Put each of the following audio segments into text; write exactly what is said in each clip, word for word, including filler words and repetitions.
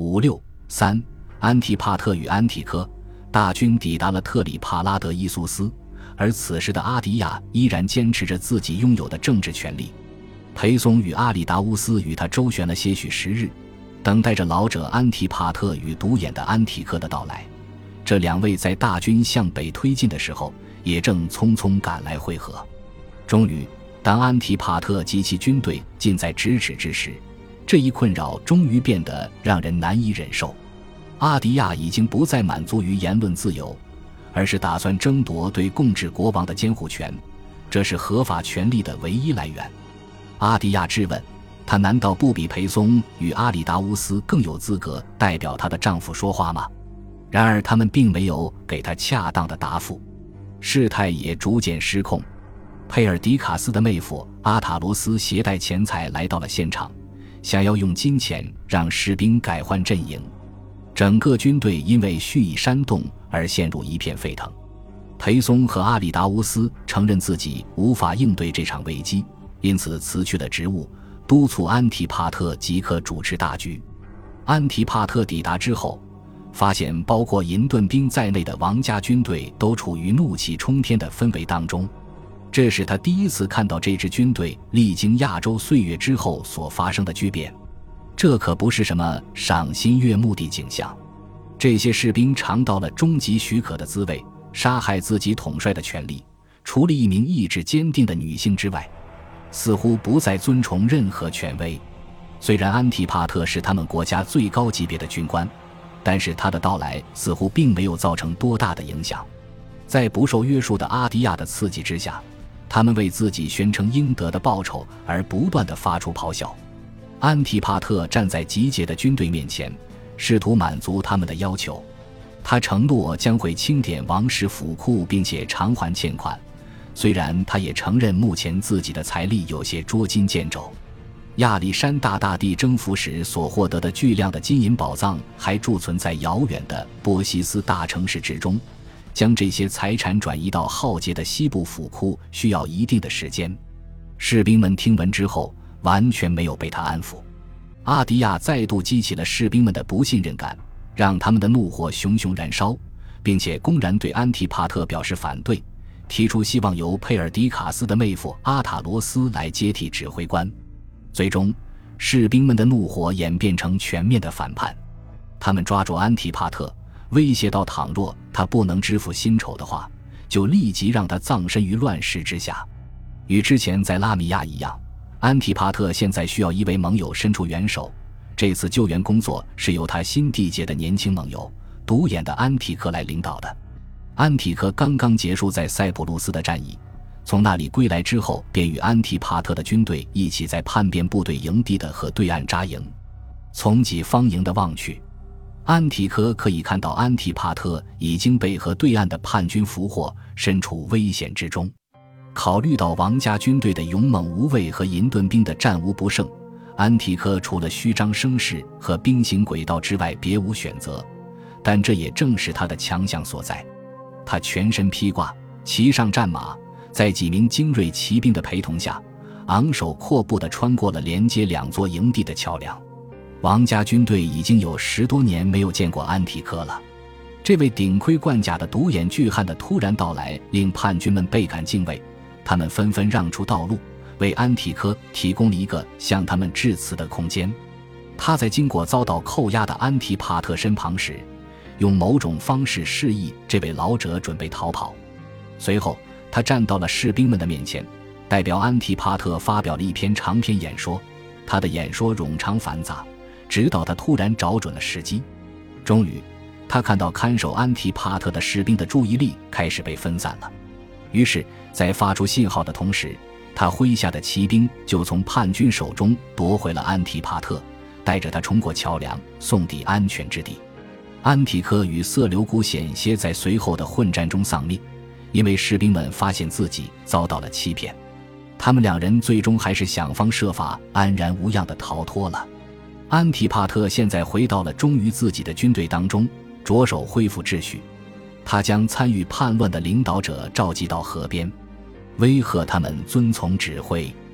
五六三，安提帕特与安提柯大军抵达了特里帕拉德伊苏斯，而此时的阿迪亚依然坚持着自己拥有的政治权利。裴松与阿里达乌斯与他周旋了些许时日，等待着老者安提帕特与独眼的安提柯的到来。这两位在大军向北推进的时候，也正匆匆赶来会合。终于，当安提帕特及其军队近在咫尺之时，这一困扰终于变得让人难以忍受。阿迪亚已经不再满足于言论自由，而是打算争夺对共治国王的监护权，这是合法权力的唯一来源。阿迪亚质问，他难道不比裴松与阿里达乌斯更有资格代表她的丈夫说话吗？然而他们并没有给他恰当的答复，事态也逐渐失控。佩尔迪卡斯的妹夫阿塔罗斯携带钱财来到了现场，想要用金钱让士兵改换阵营。整个军队因为蓄意煽动而陷入一片沸腾。裴松和阿里达乌斯承认自己无法应对这场危机，因此辞去了职务，督促安提帕特即刻主持大局。安提帕特抵达之后，发现包括银盾兵在内的王家军队都处于怒气冲天的氛围当中，这是他第一次看到这支军队历经亚洲岁月之后所发生的巨变。这可不是什么赏心悦目的景象。这些士兵尝到了终极许可的滋味，杀害自己统帅的权利，除了一名意志坚定的女性之外，似乎不再尊崇任何权威。虽然安提帕特是他们国家最高级别的军官，但是他的到来似乎并没有造成多大的影响。在不受约束的阿迪亚的刺激之下，他们为自己宣称应得的报酬而不断地发出咆哮。安提帕特站在集结的军队面前，试图满足他们的要求。他承诺将会清点王室府库并且偿还欠款，虽然他也承认目前自己的财力有些捉襟见肘。亚历山大大帝征服时所获得的巨量的金银宝藏还贮存在遥远的波西斯大城市之中，将这些财产转移到浩劫的西部府库需要一定的时间。士兵们听闻之后完全没有被他安抚。阿迪亚再度激起了士兵们的不信任感，让他们的怒火熊熊燃烧，并且公然对安提帕特表示反对，提出希望由佩尔迪卡斯的妹夫阿塔罗斯来接替指挥官。最终，士兵们的怒火演变成全面的反叛。他们抓住安提帕特，威胁到倘若他不能支付薪酬的话，就立即让他葬身于乱世之下。与之前在拉米亚一样，安提帕特现在需要一位盟友伸出援手。这次救援工作是由他新缔结的年轻盟友独眼的安提柯来领导的。安提柯刚刚结束在塞浦路斯的战役，从那里归来之后，便与安提帕特的军队一起在叛变部队营地的河对岸扎营。从己方营的望去，安提柯可以看到安提帕特已经被河对岸的叛军俘获，身处危险之中。考虑到王家军队的勇猛无畏和银盾兵的战无不胜，安提柯除了虚张声势和兵行诡道之外别无选择，但这也正是他的强项所在。他全身披挂，骑上战马，在几名精锐骑兵的陪同下，昂首阔步地穿过了连接两座营地的桥梁。王家军队已经有十多年没有见过安提柯了。这位顶盔贯甲的独眼巨汉的突然到来令叛军们倍感敬畏，他们纷纷让出道路，为安提柯提供了一个向他们致辞的空间。他在经过遭到扣押的安提帕特身旁时，用某种方式示意这位老者准备逃跑。随后他站到了士兵们的面前，代表安提帕特发表了一篇长篇演说。他的演说冗长繁杂，直到他突然找准了时机。终于他看到看守安提帕特的士兵的注意力开始被分散了，于是在发出信号的同时，他麾下的骑兵就从叛军手中夺回了安提帕特，带着他冲过桥梁，送抵安全之地。安提柯与色流古险些在随后的混战中丧命，因为士兵们发现自己遭到了欺骗。他们两人最终还是想方设法安然无恙地逃脱了。安提帕特现在回到了忠于自己的军队当中，着手恢复秩序。他将参与叛乱的领导者召集到河边，威吓他们遵从指挥。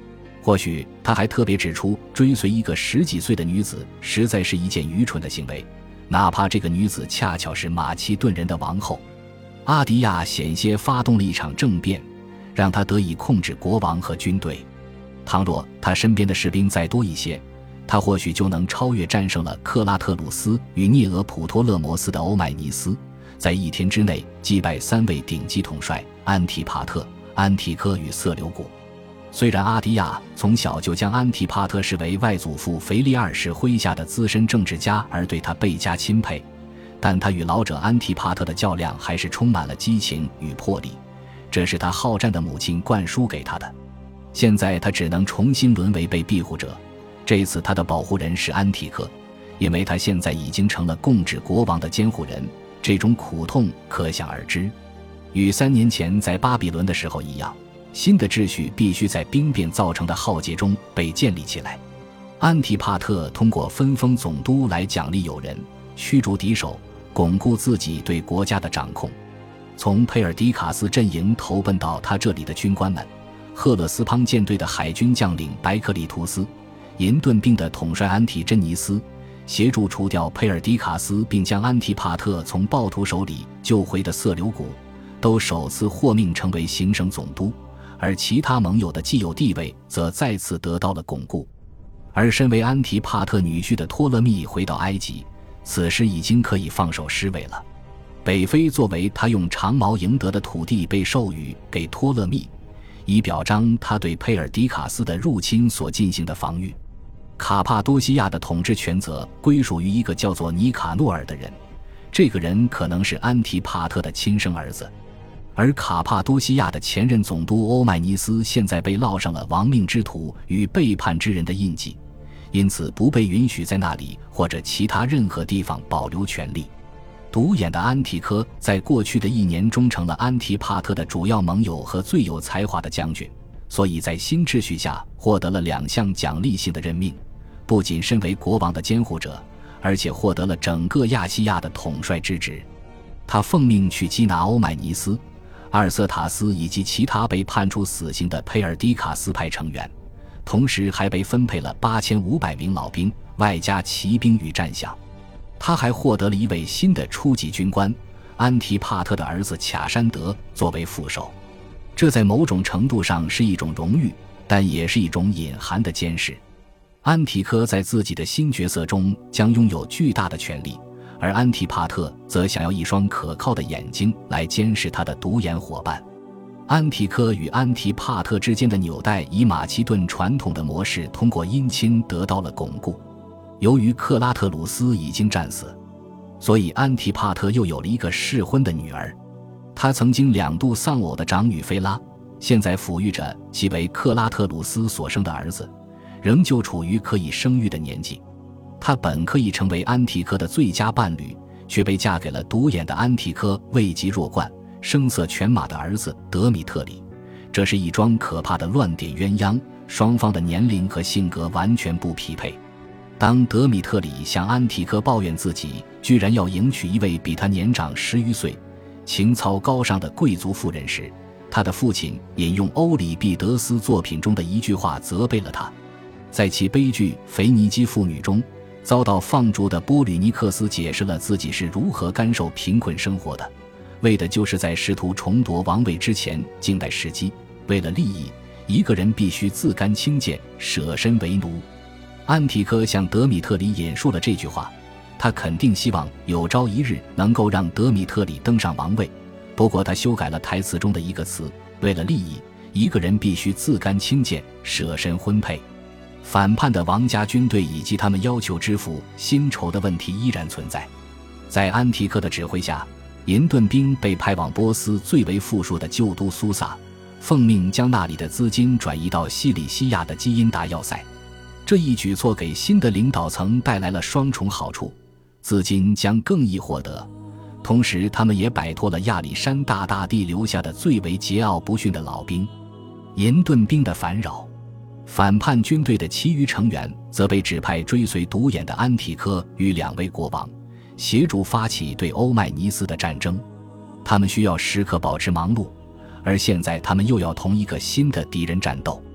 或许他还特别指出，追随一个十几岁的女子实在是一件愚蠢的行为，哪怕这个女子恰巧是马其顿人的王后。阿迪亚险些发动了一场政变，让他得以控制国王和军队。倘若他身边的士兵再多一些，他或许就能超越战胜了克拉特鲁斯与涅俄普托勒摩斯的欧迈尼斯，在一天之内击败三位顶级统帅安提帕特、安提柯与色流古。虽然阿迪亚从小就将安提帕特视为外祖父腓力二世麾下的资深政治家而对他倍加钦佩，但他与老者安提帕特的较量还是充满了激情与魄力，这是他好战的母亲灌输给他的。现在他只能重新沦为被庇护者，这次他的保护人是安提柯，因为他现在已经成了共治国王的监护人，这种苦痛可想而知。与三年前在巴比伦的时候一样，新的秩序必须在兵变造成的浩劫中被建立起来。安提帕特通过分封总督来奖励友人，驱逐敌手，巩固自己对国家的掌控。从佩尔迪卡斯阵营投奔到他这里的军官们，赫勒斯滂舰队的海军将领白克里图斯，银盾兵的统帅安提珍尼斯，协助除掉佩尔迪卡斯并将安提帕特从暴徒手里救回的色流古，都首次获命成为行省总督，而其他盟友的既有地位则再次得到了巩固。而身为安提帕特女婿的托勒密回到埃及，此时已经可以放手施为了。北非作为他用长矛赢得的土地被授予给托勒密，以表彰他对佩尔迪卡斯的入侵所进行的防御。卡帕多西亚的统治权责归属于一个叫做尼卡诺尔的人，这个人可能是安提帕特的亲生儿子。而卡帕多西亚的前任总督欧迈尼斯现在被烙上了亡命之徒与背叛之人的印记，因此不被允许在那里或者其他任何地方保留权力。独眼的安提柯在过去的一年中成了安提帕特的主要盟友和最有才华的将军，所以在新秩序下获得了两项奖励性的任命，不仅身为国王的监护者，而且获得了整个亚细亚的统帅之职。他奉命去缉拿欧迈尼斯、阿尔瑟塔斯以及其他被判处死刑的佩尔迪卡斯派成员，同时还被分配了八千五百名老兵，外加骑兵与战象。他还获得了一位新的初级军官安提帕特的儿子卡山德作为副手，这在某种程度上是一种荣誉，但也是一种隐含的监视。安提柯在自己的新角色中将拥有巨大的权力，而安提帕特则想要一双可靠的眼睛来监视他的独眼伙伴。安提柯与安提帕特之间的纽带以马其顿传统的模式通过姻亲得到了巩固。由于克拉特鲁斯已经战死，所以安提帕特又有了一个适婚的女儿。他曾经两度丧偶的长女菲拉，现在抚育着其为克拉特鲁斯所生的儿子，仍旧处于可以生育的年纪。他本可以成为安提柯的最佳伴侣，却被嫁给了独眼的安提柯位极弱冠、声色犬马的儿子德米特里。这是一桩可怕的乱点鸳鸯，双方的年龄和性格完全不匹配。当德米特里向安提柯抱怨自己居然要迎娶一位比他年长十余岁、情操高尚的贵族妇人时，他的父亲引用欧里庇得斯作品中的一句话责备了他。在其悲剧《腓尼基妇女》中，遭到放逐的波吕尼克斯解释了自己是如何甘受贫困生活的，为的就是在试图重夺王位之前静待时机。为了利益，一个人必须自甘轻贱，舍身为奴。安提柯向德米特里引述了这句话，他肯定希望有朝一日能够让德米特里登上王位，不过他修改了台词中的一个词，为了利益，一个人必须自甘轻贱，舍身婚配。反叛的王家军队以及他们要求支付薪酬的问题依然存在。在安提柯的指挥下，银盾兵被派往波斯最为富庶的旧都苏萨，奉命将那里的资金转移到西里西亚的基因达要塞。这一举措给新的领导层带来了双重好处，资金将更易获得，同时他们也摆脱了亚历山大大帝留下的最为桀骜不驯的老兵银盾兵的烦扰。反叛军队的其余成员则被指派追随独眼的安提柯与两位国王，协助发起对欧迈尼斯的战争。他们需要时刻保持忙碌，而现在他们又要同一个新的敌人战斗。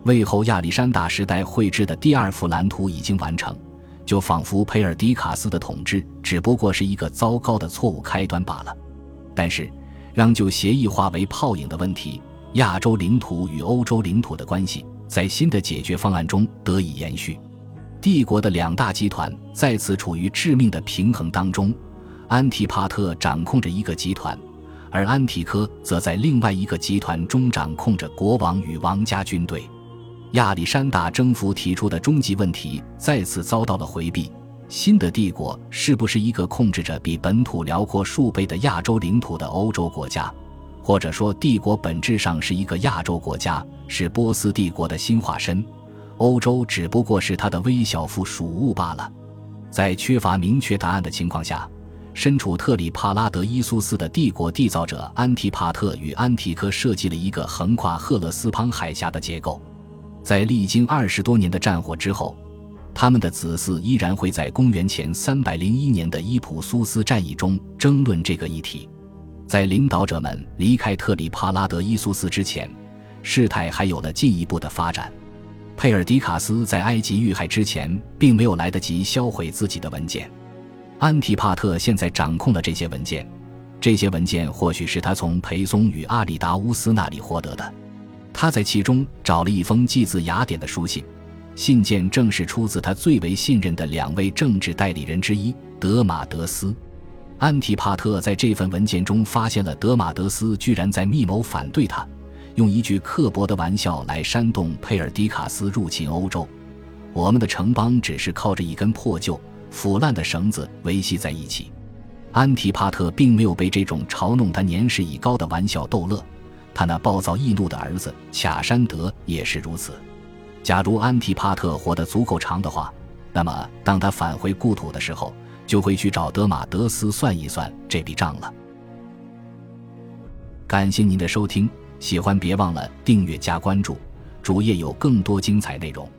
魏后亚历山大时代绘制的第二幅蓝图已经完成，就仿佛佩尔迪卡斯的统治只不过是一个糟糕的错误开端罢了。但是让旧协议化为泡影的问题，亚洲领土与欧洲领土的关系在新的解决方案中得以延续。帝国的两大集团再次处于致命的平衡当中，安提帕特掌控着一个集团，而安提柯则在另外一个集团中掌控着国王与王家军队。亚历山大征服提出的终极问题再次遭到了回避，新的帝国是不是一个控制着比本土辽阔数倍的亚洲领土的欧洲国家，或者说帝国本质上是一个亚洲国家，是波斯帝国的新化身，欧洲只不过是它的微小附属物罢了。在缺乏明确答案的情况下，身处特里帕拉德伊苏斯的帝国缔造者安提帕特与安提柯设计了一个横跨赫勒斯滂海峡的结构。在历经二十多年的战火之后，他们的子嗣依然会在公元前三百零一年的伊普苏斯战役中争论这个议题。在领导者们离开特里帕拉德伊苏斯之前，事态还有了进一步的发展。佩尔迪卡斯在埃及遇害之前并没有来得及销毁自己的文件，安提帕特现在掌控了这些文件，这些文件或许是他从裴松与阿里达乌斯那里获得的。他在其中找了一封寄自雅典的书信，信件正是出自他最为信任的两位政治代理人之一德马德斯。安提帕特在这份文件中发现了德马德斯居然在密谋反对他，用一句刻薄的玩笑来煽动佩尔迪卡斯入侵欧洲。我们的城邦只是靠着一根破旧腐烂的绳子维系在一起。安提帕特并没有被这种嘲弄他年事已高的玩笑逗乐，他那暴躁易怒的儿子卡山德也是如此。假如安提帕特活得足够长的话，那么当他返回故土的时候，就会去找德马德斯算一算这笔账了。感谢您的收听，喜欢别忘了订阅加关注，主页有更多精彩内容。